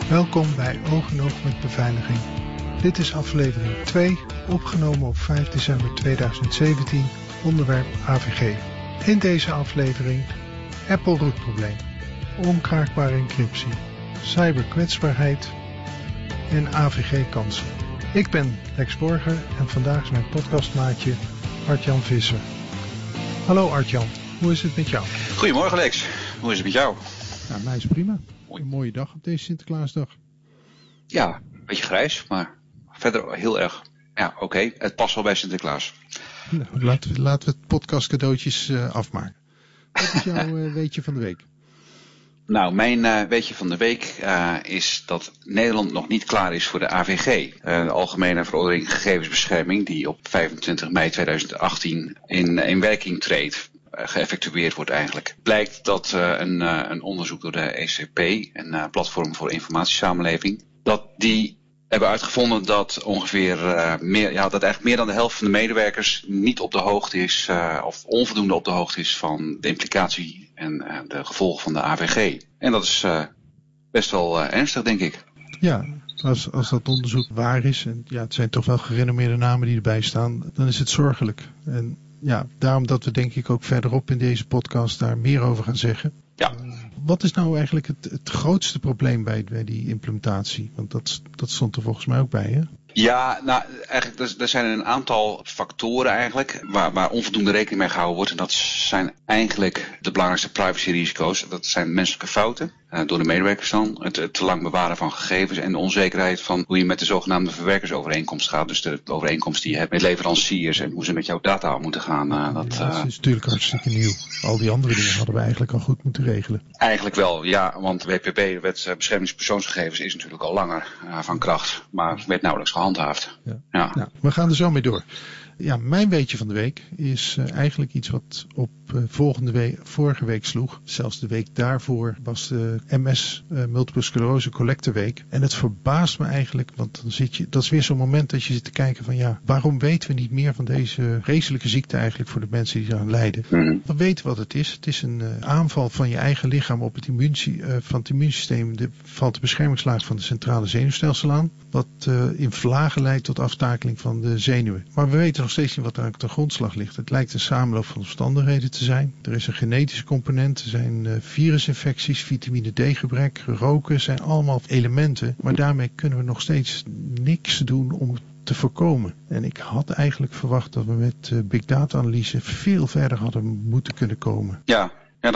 Welkom bij Oog in Oog met Beveiliging. Dit is aflevering 2, opgenomen op 5 december 2017, onderwerp AVG. In deze aflevering Apple rootprobleem, onkraakbare encryptie, cyberkwetsbaarheid en AVG-kansen. Ik ben Lex Borger en vandaag is mijn podcastmaatje Art-Jan Visser. Hallo Art-Jan, hoe is het met jou? Goedemorgen Lex, hoe is het met jou? Nou, mij is prima. Een mooie dag op deze Sinterklaasdag. Ja, een beetje grijs, maar verder heel erg. Ja, oké. Het past wel bij Sinterklaas. Nou, laten we het podcast cadeautjes afmaken. Wat is jouw weetje van de week? Nou, mijn weetje van de week is dat Nederland nog niet klaar is voor de AVG. De Algemene Verordening Gegevensbescherming, die op 25 mei 2018 in werking treedt. Geëffectueerd wordt eigenlijk. Blijkt dat een onderzoek door de ECP, een platform voor informatiesamenleving, dat die hebben uitgevonden dat ongeveer dat eigenlijk meer dan de helft van de medewerkers niet op de hoogte is, of onvoldoende op de hoogte is van de implicatie en de gevolgen van de AVG. En dat is best wel ernstig, denk ik. Ja, als dat onderzoek waar is, en ja, het zijn toch wel gerenommeerde namen die erbij staan, dan is het zorgelijk. En ja, daarom dat we denk ik ook verderop in deze podcast daar meer over gaan zeggen. Ja. Wat is nou eigenlijk het grootste probleem bij die implementatie? Want dat stond er volgens mij ook bij, hè? Ja, nou eigenlijk er zijn een aantal factoren eigenlijk waar onvoldoende rekening mee gehouden wordt. En dat zijn eigenlijk de belangrijkste privacyrisico's. Dat zijn menselijke fouten door de medewerkers dan. Het te lang bewaren van gegevens en de onzekerheid van hoe je met de zogenaamde verwerkersovereenkomst gaat. Dus de overeenkomst die je hebt met leveranciers en hoe ze met jouw data moeten gaan. Dat is natuurlijk hartstikke nieuw. Al die andere dingen hadden we eigenlijk al goed moeten regelen. Eigenlijk wel, ja. Want WPP, de Wet Bescherming Persoonsgegevens, is natuurlijk al langer van kracht. Maar werd nauwelijks gehandhaafd. Ja. Nou, we gaan er zo mee door. Ja, mijn weetje van de week is eigenlijk iets wat op vorige week sloeg. Zelfs de week daarvoor was de MS Multiple Sclerose Collector Week. En het verbaast me eigenlijk, want dan dat is weer zo'n moment dat je zit te kijken van ja, waarom weten we niet meer van deze vreselijke ziekte eigenlijk voor de mensen die eraan lijden? We weten wat het is. Het is een aanval van je eigen lichaam op het immuunsysteem. Valt de beschermingslaag van de centrale zenuwstelsel aan. Wat in vlagen leidt tot aftakeling van de zenuwen. Maar we weten nog steeds niet wat er aan de grondslag ligt. Het lijkt een samenloop van omstandigheden te zijn. Er is een genetische component, er zijn virusinfecties, vitamine D gebrek, roken, zijn allemaal elementen. Maar daarmee kunnen we nog steeds niks doen om het te voorkomen. En ik had eigenlijk verwacht dat we met big data analyse veel verder hadden moeten kunnen komen. Ja,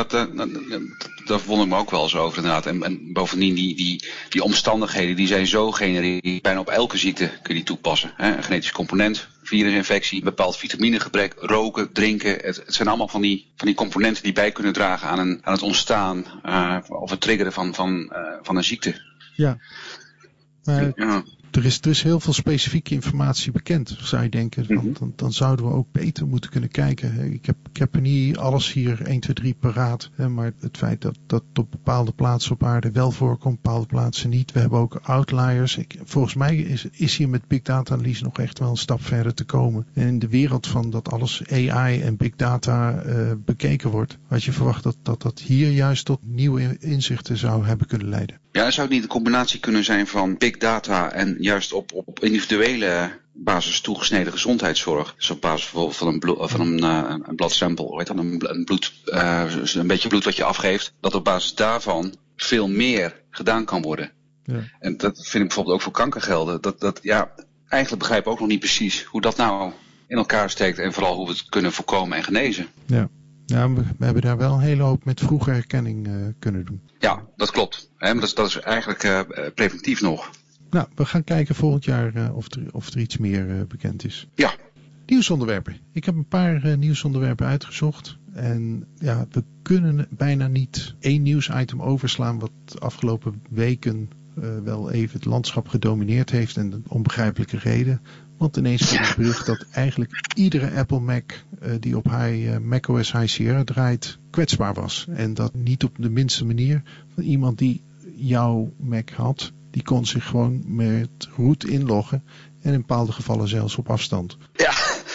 daar verwonder ik me ook wel eens over inderdaad. En bovendien die omstandigheden die zijn zo generiek. Bijna op elke ziekte kun je die toepassen. Hè? Een genetische component, virusinfectie, bepaald vitaminegebrek, roken, drinken. Het zijn allemaal van die componenten die bij kunnen dragen aan het ontstaan of het triggeren van een ziekte. Ja. Maar er is heel veel specifieke informatie bekend, zou je denken. Want dan zouden we ook beter moeten kunnen kijken. Ik heb er niet alles hier 1, 2, 3 paraat. Maar het feit dat op bepaalde plaatsen op aarde wel voorkomt, bepaalde plaatsen niet. We hebben ook outliers. Volgens mij is hier met big data analyse nog echt wel een stap verder te komen. En in de wereld van dat alles AI en big data bekeken wordt, had je verwacht dat hier juist tot nieuwe inzichten zou hebben kunnen leiden. Ja, zou het niet een combinatie kunnen zijn van big data en juist op individuele basis toegesneden gezondheidszorg? Dus op basis bijvoorbeeld van een bloodsample, hoe heet dat? Een bloed, een beetje bloed wat je afgeeft, dat op basis daarvan veel meer gedaan kan worden. Ja. En dat vind ik bijvoorbeeld ook voor kanker gelden. Eigenlijk begrijpen we ook nog niet precies hoe dat nou in elkaar steekt en vooral hoe we het kunnen voorkomen en genezen. Ja. Ja, we hebben daar wel een hele hoop met vroege herkenning kunnen doen. Ja, dat klopt. Maar dat is eigenlijk preventief nog. Nou, we gaan kijken volgend jaar of er iets meer bekend is. Ja. Nieuwsonderwerpen. Ik heb een paar nieuwsonderwerpen uitgezocht. En ja, we kunnen bijna niet één nieuwsitem overslaan wat de afgelopen weken wel even het landschap gedomineerd heeft. En een onbegrijpelijke reden. Want ineens kwam het bericht dat eigenlijk iedere Apple Mac die op macOS High Sierra draait kwetsbaar was. En dat niet op de minste manier. Van iemand die jouw Mac had, die kon zich gewoon met root inloggen. En in bepaalde gevallen zelfs op afstand. Ja,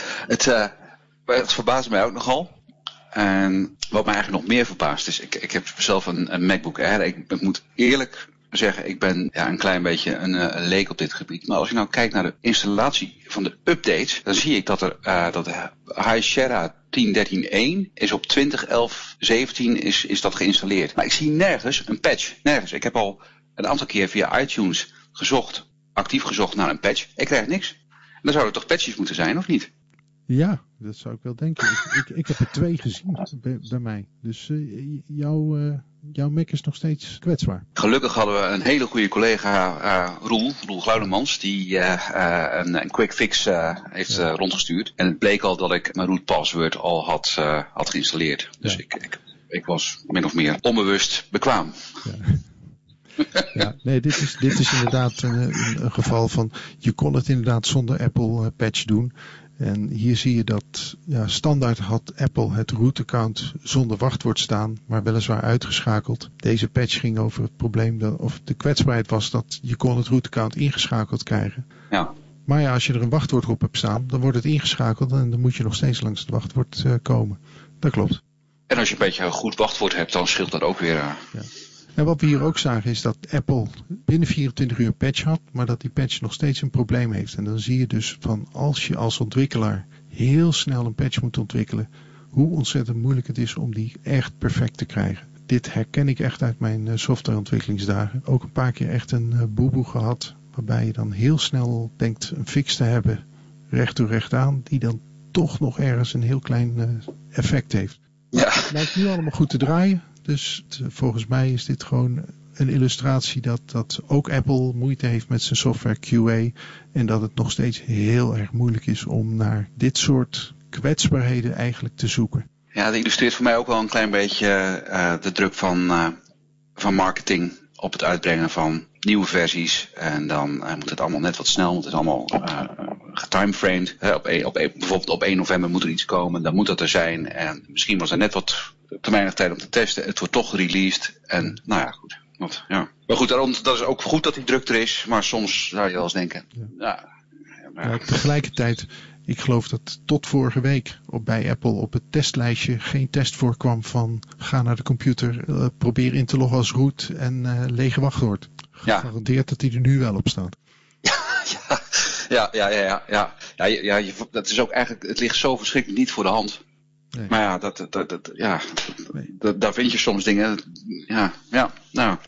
het verbaast mij ook nogal. En wat mij eigenlijk nog meer verbaast is, ik heb zelf een MacBook Air. Ik moet eerlijk zeggen, ik ben een klein beetje een leek op dit gebied. Maar als je nou kijkt naar de installatie van de updates, dan zie ik dat dat High Sierra 10.13.1 is op 20.11.17 is dat geïnstalleerd. Maar ik zie nergens een patch. Nergens. Ik heb al een aantal keer via iTunes actief gezocht naar een patch. Ik krijg niks. En dan zouden er toch patches moeten zijn, of niet? Ja, dat zou ik wel denken. Ik heb er 2 gezien bij mij. Dus jouw Mac is nog steeds kwetsbaar. Gelukkig hadden we een hele goede collega, Roel Gluidemans, die een quick fix heeft rondgestuurd. En het bleek al dat ik mijn root password al had geïnstalleerd. Dus ik was min of meer onbewust bekwaam. Ja. Ja, nee, dit is inderdaad een geval van, je kon het inderdaad zonder Apple patch doen. En hier zie je dat standaard had Apple het root-account zonder wachtwoord staan, maar weliswaar uitgeschakeld. Deze patch ging over het probleem, of de kwetsbaarheid was dat je kon het root-account ingeschakeld krijgen. Ja. Maar ja, als je er een wachtwoord op hebt staan, dan wordt het ingeschakeld en dan moet je nog steeds langs het wachtwoord komen. Dat klopt. En als je een beetje een goed wachtwoord hebt, dan scheelt dat ook weer. Ja. En wat we hier ook zagen is dat Apple binnen 24 uur een patch had, maar dat die patch nog steeds een probleem heeft. En dan zie je dus van, als je als ontwikkelaar heel snel een patch moet ontwikkelen, hoe ontzettend moeilijk het is om die echt perfect te krijgen. Dit herken ik echt uit mijn softwareontwikkelingsdagen. Ook een paar keer echt een boeboe gehad, waarbij je dan heel snel denkt een fix te hebben, recht toe recht aan, die dan toch nog ergens een heel klein effect heeft. Ja. Het lijkt nu allemaal goed te draaien. Dus volgens mij is dit gewoon een illustratie dat ook Apple moeite heeft met zijn software QA. En dat het nog steeds heel erg moeilijk is om naar dit soort kwetsbaarheden eigenlijk te zoeken. Ja, dat illustreert voor mij ook wel een klein beetje de druk van marketing op het uitbrengen van nieuwe versies. En dan moet het allemaal net wat snel, moet het allemaal getimeframed. Bijvoorbeeld op 1 november moet er iets komen, dan moet dat er zijn. En misschien was er net wat te weinig tijd om te testen. Het wordt toch gereleased. En nou ja, goed. Maar goed, daarom, dat is ook goed dat die druk er is. Maar soms zou je wel eens denken. Ja, tegelijkertijd, ik geloof dat tot vorige week bij Apple op het testlijstje geen test voorkwam van ga naar de computer, probeer in te loggen als root en lege wachtwoord. Gegarandeerd dat die er nu wel op staat. Ja, dat is ook eigenlijk, het ligt zo verschrikkelijk niet voor de hand. Nee. Maar ja, daar vind je soms dingen. Nou.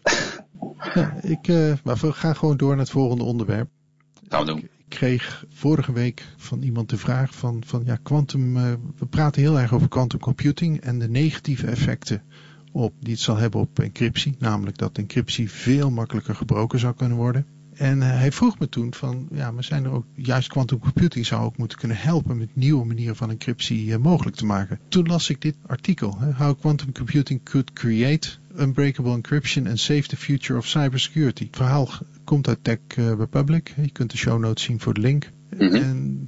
Maar we gaan gewoon door naar het volgende onderwerp. Gaan we doen. Ik kreeg vorige week van iemand de vraag van quantum. We praten heel erg over quantum computing en de negatieve effecten die het zal hebben op encryptie. Namelijk dat encryptie veel makkelijker gebroken zou kunnen worden. En hij vroeg me toen van, maar zijn er ook, juist quantum computing zou ook moeten kunnen helpen met nieuwe manieren van encryptie mogelijk te maken. Toen las ik dit artikel, How Quantum Computing Could Create Unbreakable Encryption and Save the Future of Cybersecurity. Het verhaal komt uit Tech Republic. Je kunt de show notes zien voor de link. En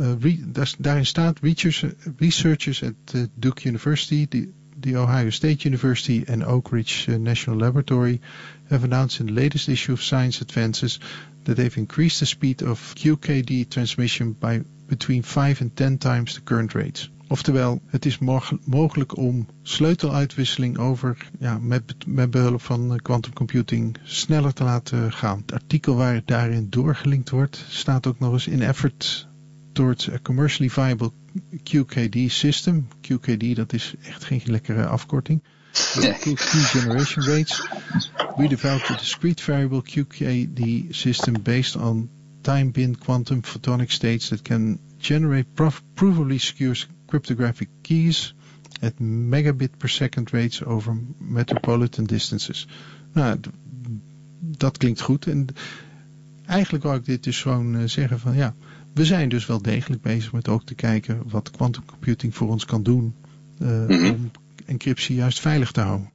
daarin staat researchers at Duke University, the Ohio State University and Oak Ridge National Laboratory have announced in the latest issue of Science Advances that they've increased the speed of QKD transmission by between 5 and 10 times the current rates. Oftewel, het is mogelijk om sleuteluitwisseling met behulp van quantum computing sneller te laten gaan. Het artikel waar het daarin doorgelinkt wordt staat ook nog eens in effort towards a commercially viable QKD system. QKD, dat is echt geen lekkere afkorting. Key generation rates. We developed a discrete variable QKD system based on time-bin quantum photonic states that can generate provably secure cryptographic keys at megabit per second rates over metropolitan distances. Nou, dat klinkt goed. En eigenlijk wou ik dit dus gewoon zeggen van we zijn dus wel degelijk bezig met ook te kijken wat quantum computing voor ons kan doen om encryptie juist veilig te houden.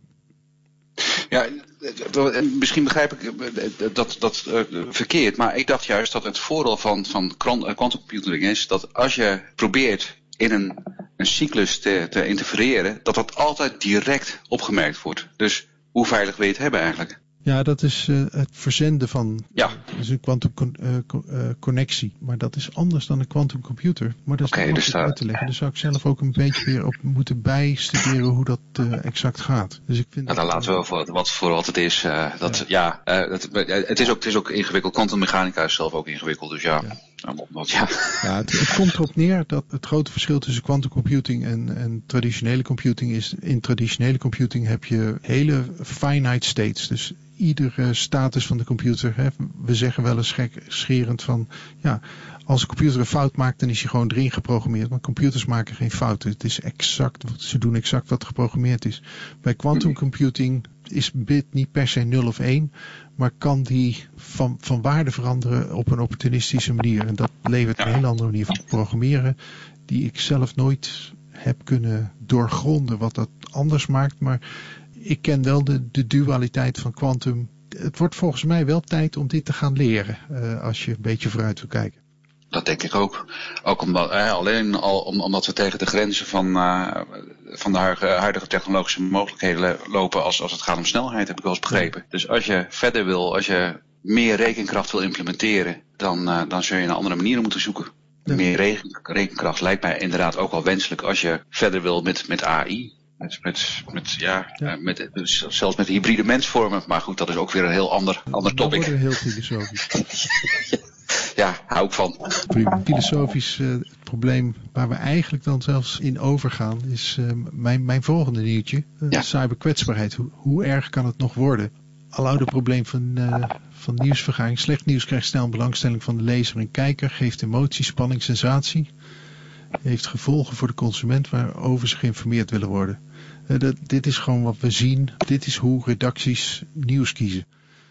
Ja, misschien begrijp ik dat verkeerd, maar ik dacht juist dat het voordeel van quantum computing is dat als je probeert in een cyclus te interfereren, dat altijd direct opgemerkt wordt. Dus hoe veilig wil je het hebben eigenlijk? Ja, dat is het verzenden van dus een quantum connectie. Maar dat is anders dan een quantum computer. Maar dat is makkelijk uit te leggen. Daar zou ik zelf ook een beetje weer op moeten bijstuderen hoe dat exact gaat. Dus ik vind dan laten we voor wat het is. Het is ook ingewikkeld. Kwantummechanica is zelf ook ingewikkeld. Dus ja. Het komt erop neer dat het grote verschil tussen quantum computing en traditionele computing is. In traditionele computing heb je hele finite states. Dus iedere status van de computer. We zeggen wel eens scherend van als een computer een fout maakt, dan is hij gewoon erin geprogrammeerd. Maar computers maken geen fouten. Het is ze doen exact wat geprogrammeerd is. Bij quantum computing is bit niet per se 0 of 1, maar kan die van waarde veranderen op een opportunistische manier. En dat levert een hele andere manier van programmeren, die ik zelf nooit heb kunnen doorgronden wat dat anders maakt. Maar ik ken wel de dualiteit van quantum. Het wordt volgens mij wel tijd om dit te gaan leren, als je een beetje vooruit wil kijken. Dat denk ik ook. Ook omdat we tegen de grenzen van de huidige technologische mogelijkheden lopen als het gaat om snelheid, heb ik wel eens begrepen. Dus als je verder wil, als je meer rekenkracht wil implementeren, dan zul je naar andere manieren moeten zoeken. Ja. Meer rekenkracht lijkt mij inderdaad ook wel wenselijk als je verder wil met AI. Zelfs met hybride mensvormen. Maar goed, dat is ook weer een heel ander topic. Dat wordt heel filosofisch. Ja, hou ik van. Filosofisch het probleem waar we eigenlijk dan zelfs in overgaan is mijn volgende nieuwtje. Cyberkwetsbaarheid. Hoe erg kan het nog worden? Aloude probleem van nieuwsvergaring. Slecht nieuws krijgt snel een belangstelling van de lezer en kijker. Geeft emotie, spanning, sensatie. Heeft gevolgen voor de consument waarover ze geïnformeerd willen worden. Dit is gewoon wat we zien. Dit is hoe redacties nieuws kiezen.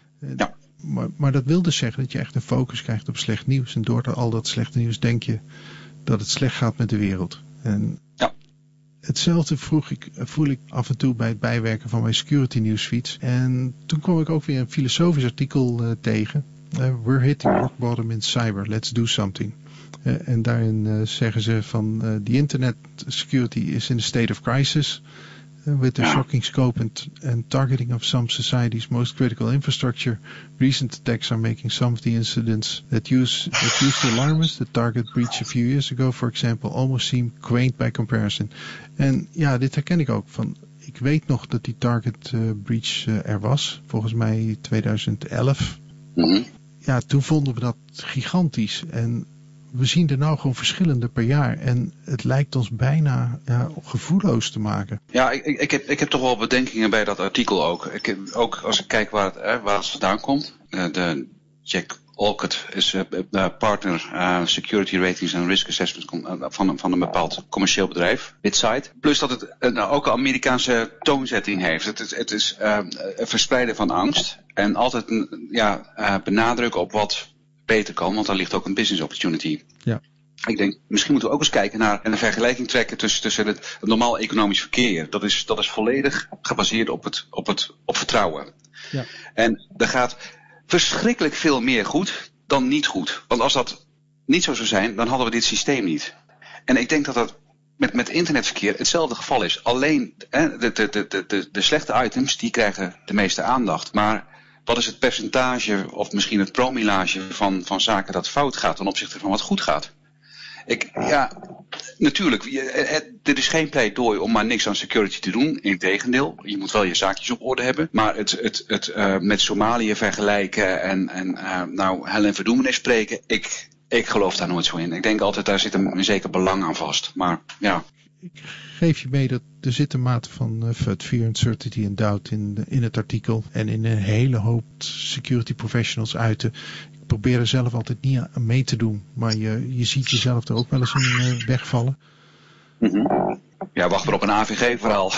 Maar dat wil dus zeggen dat je echt een focus krijgt op slecht nieuws. En door al dat slechte nieuws denk je dat het slecht gaat met de wereld. En hetzelfde voel ik af en toe bij het bijwerken van mijn security nieuwsfeeds. En toen kwam ik ook weer een filosofisch artikel tegen. We're hitting rock bottom in cyber. Let's do something. En daarin zeggen ze van the internet security is in a state of crisis. With the shocking scope and targeting of some society's most critical infrastructure, recent attacks are making some of the incidents that used to alarm us, the target breach a few years ago, for example, almost seem quaint by comparison. En dit herken ik ook van. Ik weet nog dat die target breach er was, volgens mij 2011. Mm-hmm. Ja, toen vonden we dat gigantisch en we zien er nou gewoon verschillende per jaar. En het lijkt ons bijna gevoelloos te maken. Ja, ik heb toch wel bedenkingen bij dat artikel ook. Ook als ik kijk waar het vandaan komt. De Jack Alcott is partner security ratings en risk assessment van een bepaald commercieel bedrijf. Bitside. Plus dat het ook een Amerikaanse toonzetting heeft. Het is verspreiden van angst. En altijd benadrukken op wat beter kan, want daar ligt ook een business opportunity. Ja. Ik denk, misschien moeten we ook eens kijken naar een vergelijking trekken tussen het normaal economisch verkeer. Dat is volledig gebaseerd op vertrouwen. Ja. En er gaat verschrikkelijk veel meer goed dan niet goed. Want als dat niet zo zou zijn, dan hadden we dit systeem niet. En ik denk dat met internetverkeer hetzelfde geval is. Alleen de slechte items, die krijgen de meeste aandacht. Maar wat is het percentage of misschien het promillage van zaken dat fout gaat ten opzichte van wat goed gaat? Natuurlijk, er is geen pleidooi om maar niks aan security te doen. Integendeel, je moet wel je zaakjes op orde hebben. Maar het met Somalië vergelijken en hel en verdoemenis spreken, ik geloof daar nooit zo in. Ik denk altijd, daar zit een zeker belang aan vast. Maar ja. Ik geef je mee dat er zit een mate van FUD, Fear, Uncertainty en Doubt in het artikel. En in een hele hoop security professionals uiten. Ik probeer er zelf altijd niet aan mee te doen. Maar je ziet jezelf er ook wel eens in wegvallen. Mm-hmm. Ja, wacht maar op een AVG-verhaal.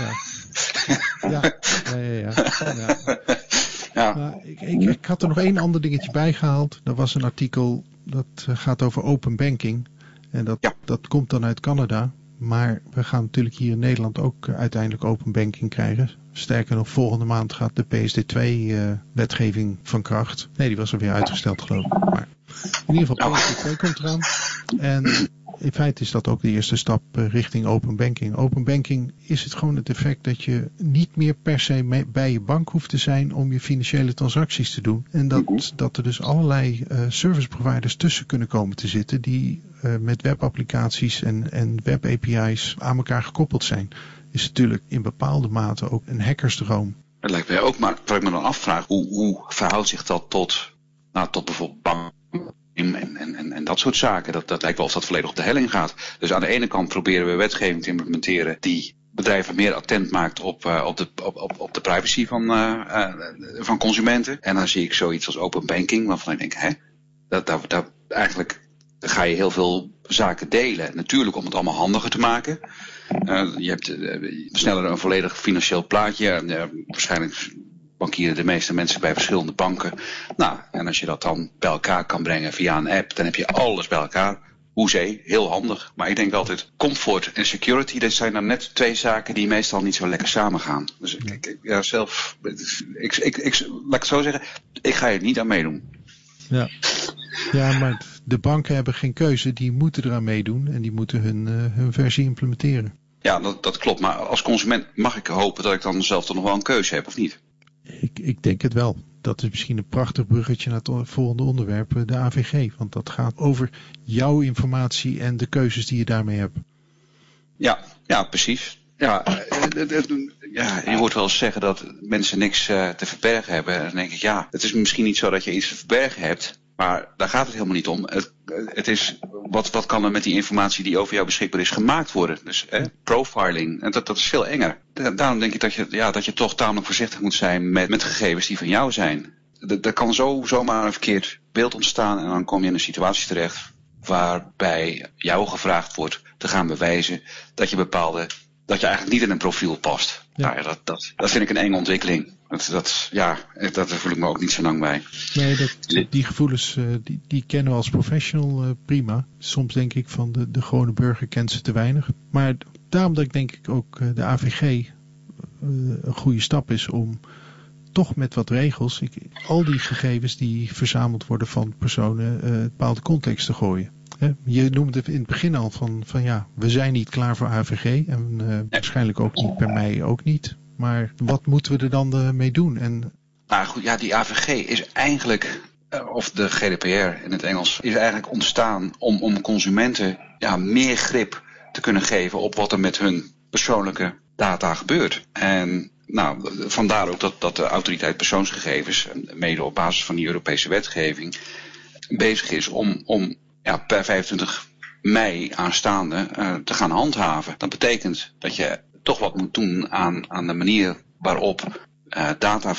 Ja. Maar ik had er nog één ander dingetje bij gehaald. Er was een artikel dat gaat over open banking. En dat komt dan uit Canada. Maar we gaan natuurlijk hier in Nederland ook uiteindelijk open banking krijgen. Sterker nog, volgende maand gaat de PSD2-wetgeving van kracht. Nee, die was alweer uitgesteld geloof ik. Maar in ieder geval, PSD2 komt eraan. En in feite is dat ook de eerste stap richting open banking. Open banking is het gewoon het effect dat je niet meer per se bij je bank hoeft te zijn om je financiële transacties te doen. En dat er dus allerlei service providers tussen kunnen komen te zitten die met webapplicaties en web API's aan elkaar gekoppeld zijn. Is natuurlijk in bepaalde mate ook een hackersdroom. Het lijkt mij ook, maar wat ik me dan afvraag, hoe verhoudt zich dat tot bijvoorbeeld banken en dat soort zaken? Dat lijkt wel of dat volledig op de helling gaat. Dus aan de ene kant proberen we wetgeving te implementeren die bedrijven meer attent maakt op de privacy van consumenten. En dan zie ik zoiets als open banking, waarvan ik denk, eigenlijk ga je heel veel zaken delen. Natuurlijk om het allemaal handiger te maken. Je hebt sneller een volledig financieel plaatje. Waarschijnlijk bankieren de meeste mensen bij verschillende banken. Nou, en als je dat dan bij elkaar kan brengen via een app, dan heb je alles bij elkaar. Hoezee, heel handig. Maar ik denk altijd, comfort en security, dat zijn dan net twee zaken die meestal niet zo lekker samengaan. Dus laat ik het zo zeggen, ik ga er niet aan meedoen. Ja, maar de banken hebben geen keuze. Die moeten eraan meedoen en die moeten hun versie implementeren. Ja, dat klopt. Maar als consument mag ik hopen dat ik dan zelf toch nog wel een keuze heb, of niet? Ik denk het wel. Dat is misschien een prachtig bruggetje naar het volgende onderwerp, de AVG. Want dat gaat over jouw informatie en de keuzes die je daarmee hebt. Ja, precies. Ja, je hoort wel eens zeggen dat mensen niks te verbergen hebben. En dan denk ik, het is misschien niet zo dat je iets te verbergen hebt. Maar daar gaat het helemaal niet om. Het is, wat kan er met die informatie die over jou beschikbaar is gemaakt worden? Dus profiling, en dat is veel enger. Daarom denk ik dat je toch tamelijk voorzichtig moet zijn met gegevens die van jou zijn. Er kan zomaar een verkeerd beeld ontstaan en dan kom je in een situatie terecht waarbij jou gevraagd wordt te gaan bewijzen dat je eigenlijk niet in een profiel past. Ja. Nou ja, dat vind ik een enge ontwikkeling. Daar voel ik me ook niet zo lang bij. Nee, die gevoelens die kennen we als professional prima. Soms denk ik van de gewone burger kent ze te weinig. Maar daarom dat ik denk ik ook de AVG een goede stap is om toch met wat regels al die gegevens die verzameld worden van personen een bepaalde context te gooien. Je noemde het in het begin al van we zijn niet klaar voor AVG en waarschijnlijk ook niet per mij ook niet. Maar wat moeten we er dan mee doen? Nou goed, die AVG is eigenlijk, of de GDPR in het Engels, is eigenlijk ontstaan om consumenten meer grip te kunnen geven op wat er met hun persoonlijke data gebeurt. En vandaar ook dat de autoriteit persoonsgegevens, mede op basis van die Europese wetgeving, bezig is om per 25 mei aanstaande te gaan handhaven. Dat betekent dat je toch wat moet doen aan de manier waarop data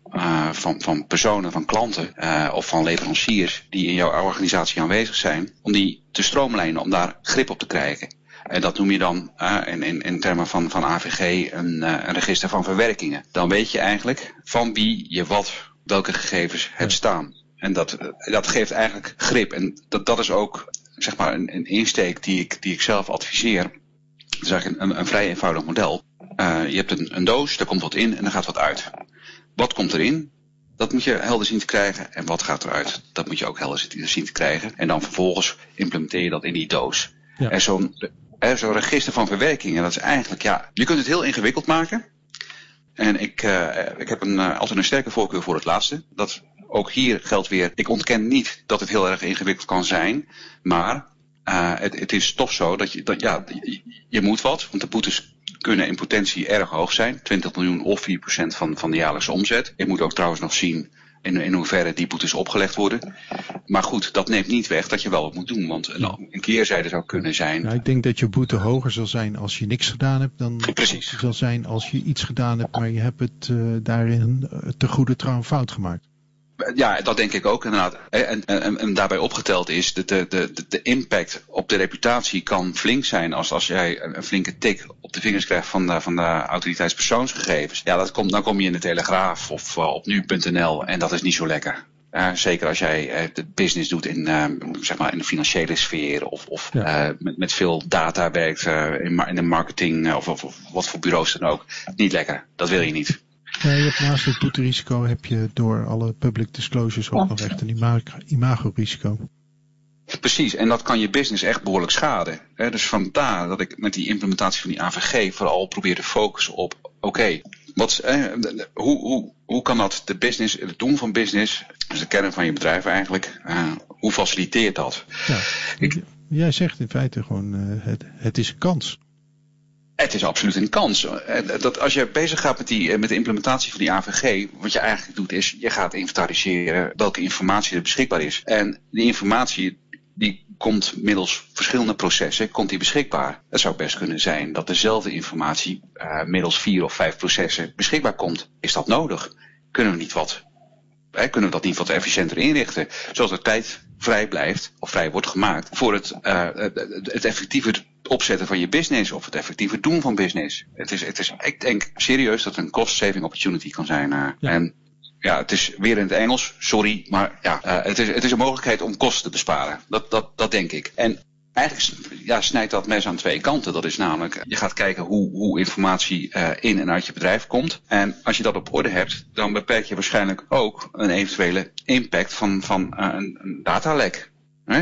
van personen, van klanten of van leveranciers die in jouw organisatie aanwezig zijn, om die te stroomlijnen, om daar grip op te krijgen. En dat noem je dan in termen van AVG een register van verwerkingen. Dan weet je eigenlijk van wie je welke gegevens hebt staan. En dat geeft eigenlijk grip. En dat is ook zeg maar een insteek die ik zelf adviseer. Dat is eigenlijk een vrij eenvoudig model. Je hebt een doos, daar komt wat in en er gaat wat uit. Wat komt erin? Dat moet je helder zien te krijgen. En wat gaat eruit? Dat moet je ook helder zien te krijgen. En dan vervolgens implementeer je dat in die doos. Ja. En zo'n register van verwerkingen, dat is eigenlijk, je kunt het heel ingewikkeld maken. En ik heb altijd een sterke voorkeur voor het laatste. Dat ook hier geldt weer, ik ontken niet dat het heel erg ingewikkeld kan zijn. Maar het is toch zo dat je moet wat, want de boetes kunnen in potentie erg hoog zijn. 20 miljoen of 4% van de jaarlijkse omzet. Ik moet ook trouwens nog zien in hoeverre die boetes opgelegd worden. Maar goed, dat neemt niet weg dat je wel wat moet doen. Want een keerzijde zou kunnen zijn. Ja, ik denk dat je boete hoger zal zijn als je niks gedaan hebt dan Precies. Het zal zijn als je iets gedaan hebt, maar je hebt het daarin te goede trouw een fout gemaakt. Ja, dat denk ik ook inderdaad. En daarbij opgeteld is de impact op de reputatie kan flink zijn als jij een flinke tik op de vingers krijgt van de autoriteitspersoonsgegevens. Ja, dan kom je in de Telegraaf of op nu.nl en dat is niet zo lekker. Zeker als jij de business doet in de financiële sfeer of met veel data werkt in de marketing of wat voor bureaus dan ook. Niet lekker, dat wil je niet. Ja, je hebt naast het boeterisico heb je door alle public disclosures ook nog echt een imago-risico. Precies, en dat kan je business echt behoorlijk schaden. Dus vandaar dat ik met die implementatie van die AVG vooral probeer te focussen op, hoe kan dat de business, het doen van business, dus de kern van je bedrijf eigenlijk, hoe faciliteert dat? Ja, jij zegt in feite gewoon, het is een kans. Het is absoluut een kans. Dat als je bezig gaat met de implementatie van die AVG, wat je eigenlijk doet is, je gaat inventariseren welke informatie er beschikbaar is. En die informatie die komt middels verschillende processen komt die beschikbaar. Het zou best kunnen zijn dat dezelfde informatie middels 4 of 5 processen beschikbaar komt. Is dat nodig? Kunnen we dat niet wat efficiënter inrichten? Zodat er tijd vrij blijft of vrij wordt gemaakt voor het effectiever opzetten van je business of het effectiever doen van business. Ik denk serieus dat het een cost-saving opportunity kan zijn. Ja. En ja, het is weer in het Engels, sorry, maar het is een mogelijkheid om kosten te besparen. Dat denk ik. En eigenlijk snijdt dat mes aan 2 kanten. Dat is namelijk, je gaat kijken hoe informatie in en uit je bedrijf komt. En als je dat op orde hebt, dan beperk je waarschijnlijk ook een eventuele impact van een datalek.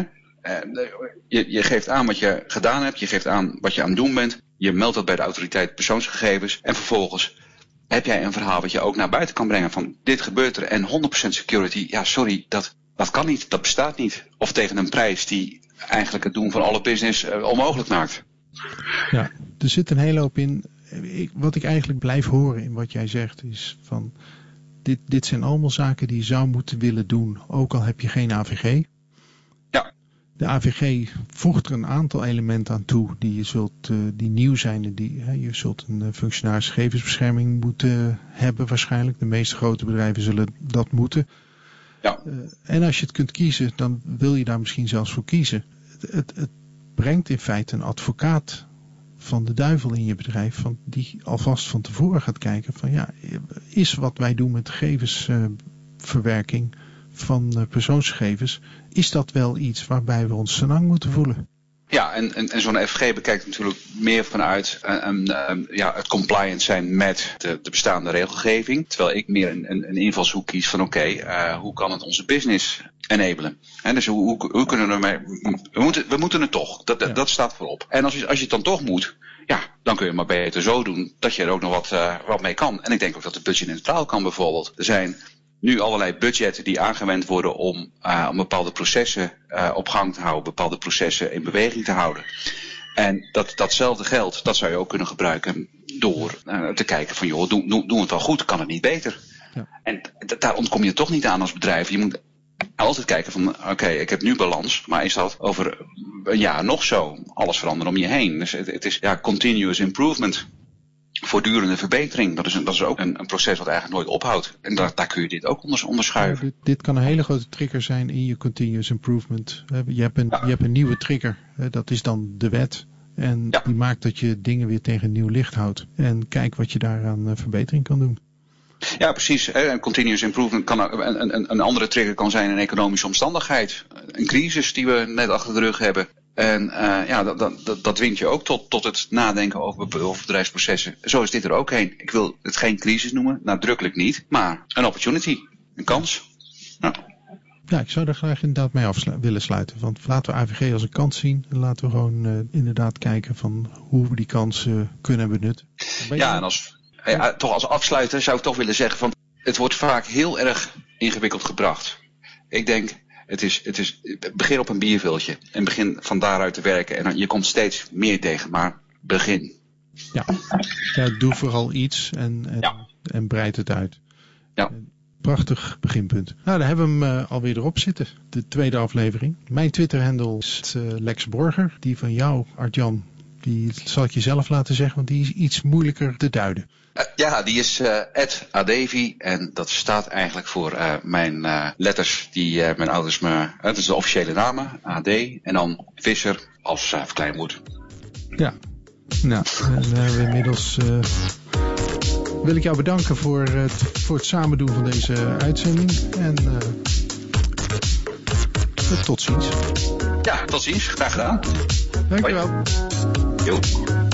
Je geeft aan wat je gedaan hebt, je geeft aan wat je aan het doen bent. Je meldt dat bij de autoriteit persoonsgegevens en vervolgens heb jij een verhaal wat je ook naar buiten kan brengen van dit gebeurt er en 100% security. Ja, sorry, dat kan niet, dat bestaat niet. Of tegen een prijs die eigenlijk het doen van alle business onmogelijk maakt. Ja, er zit een hele hoop in. Wat ik eigenlijk blijf horen in wat jij zegt is van dit zijn allemaal zaken die je zou moeten willen doen, ook al heb je geen AVG. Ja. De AVG voegt er een aantal elementen aan toe die nieuw zijn. Je zult een functionaris gegevensbescherming moeten hebben waarschijnlijk. De meeste grote bedrijven zullen dat moeten. Ja. En als je het kunt kiezen, dan wil je daar misschien zelfs voor kiezen. Het brengt in feite een advocaat van de duivel in je bedrijf, die alvast van tevoren gaat kijken van is wat wij doen met gegevensverwerking van persoonsgegevens, is dat wel iets waarbij we ons senang moeten voelen? Ja, en zo'n FG bekijkt natuurlijk meer vanuit het compliant zijn met de bestaande regelgeving. Terwijl ik meer een invalshoek kies van hoe kan het onze business enablen? En dus hoe kunnen we moeten het toch. Dat staat voorop. En als je het dan toch moet, dan kun je maar beter zo doen dat je er ook nog wat mee kan. En ik denk ook dat de budget neutraal kan bijvoorbeeld. Er zijn nu allerlei budgetten die aangewend worden om bepaalde processen op gang te houden, bepaalde processen in beweging te houden. En datzelfde geld, dat zou je ook kunnen gebruiken door te kijken van doen we het wel goed, kan het niet beter? Ja. En daar ontkom je toch niet aan als bedrijf. Je moet altijd kijken van ik heb nu balans, maar is dat over een jaar nog zo? Alles verandert om je heen. Dus het is continuous improvement. Voortdurende verbetering. Dat is ook een proces wat eigenlijk nooit ophoudt. En daar kun je dit ook onderschuiven. Ja, dit kan een hele grote trigger zijn in je continuous improvement. Je hebt een nieuwe trigger. Dat is dan de wet. En die maakt dat je dingen weer tegen nieuw licht houdt. En kijk wat je daaraan verbetering kan doen. Ja, precies. Een continuous improvement kan een andere trigger kan zijn een economische omstandigheid. Een crisis die we net achter de rug hebben. En dat dwingt je ook tot het nadenken over bedrijfsprocessen. Zo is dit er ook heen. Ik wil het geen crisis noemen, nadrukkelijk niet. Maar een opportunity, een kans. Ja, ik zou daar graag inderdaad mee willen sluiten. Want laten we AVG als een kans zien. En laten we gewoon inderdaad kijken van hoe we die kansen kunnen benutten. En toch als afsluiter zou ik toch willen zeggen van het wordt vaak heel erg ingewikkeld gebracht. Ik denk, het is begin op een bierviltje en begin van daaruit te werken. En je komt steeds meer tegen, maar begin. Ja, doe vooral iets en breid het uit. Ja. Prachtig beginpunt. Nou, daar hebben we hem alweer erop zitten. De tweede aflevering. Mijn Twitter-handle is Lex Borger. Die van jou, Art-Jan, die zal ik je zelf laten zeggen, want die is iets moeilijker te duiden. Die is @adevi en dat staat eigenlijk voor mijn letters die mijn ouders het is de officiële namen, AD, en dan Visser als verkleinwoord. Ja, nou, dan hebben we inmiddels wil ik jou bedanken voor het samen doen van deze uitzending en tot ziens. Ja, tot ziens. Graag gedaan. Dankjewel. Jo.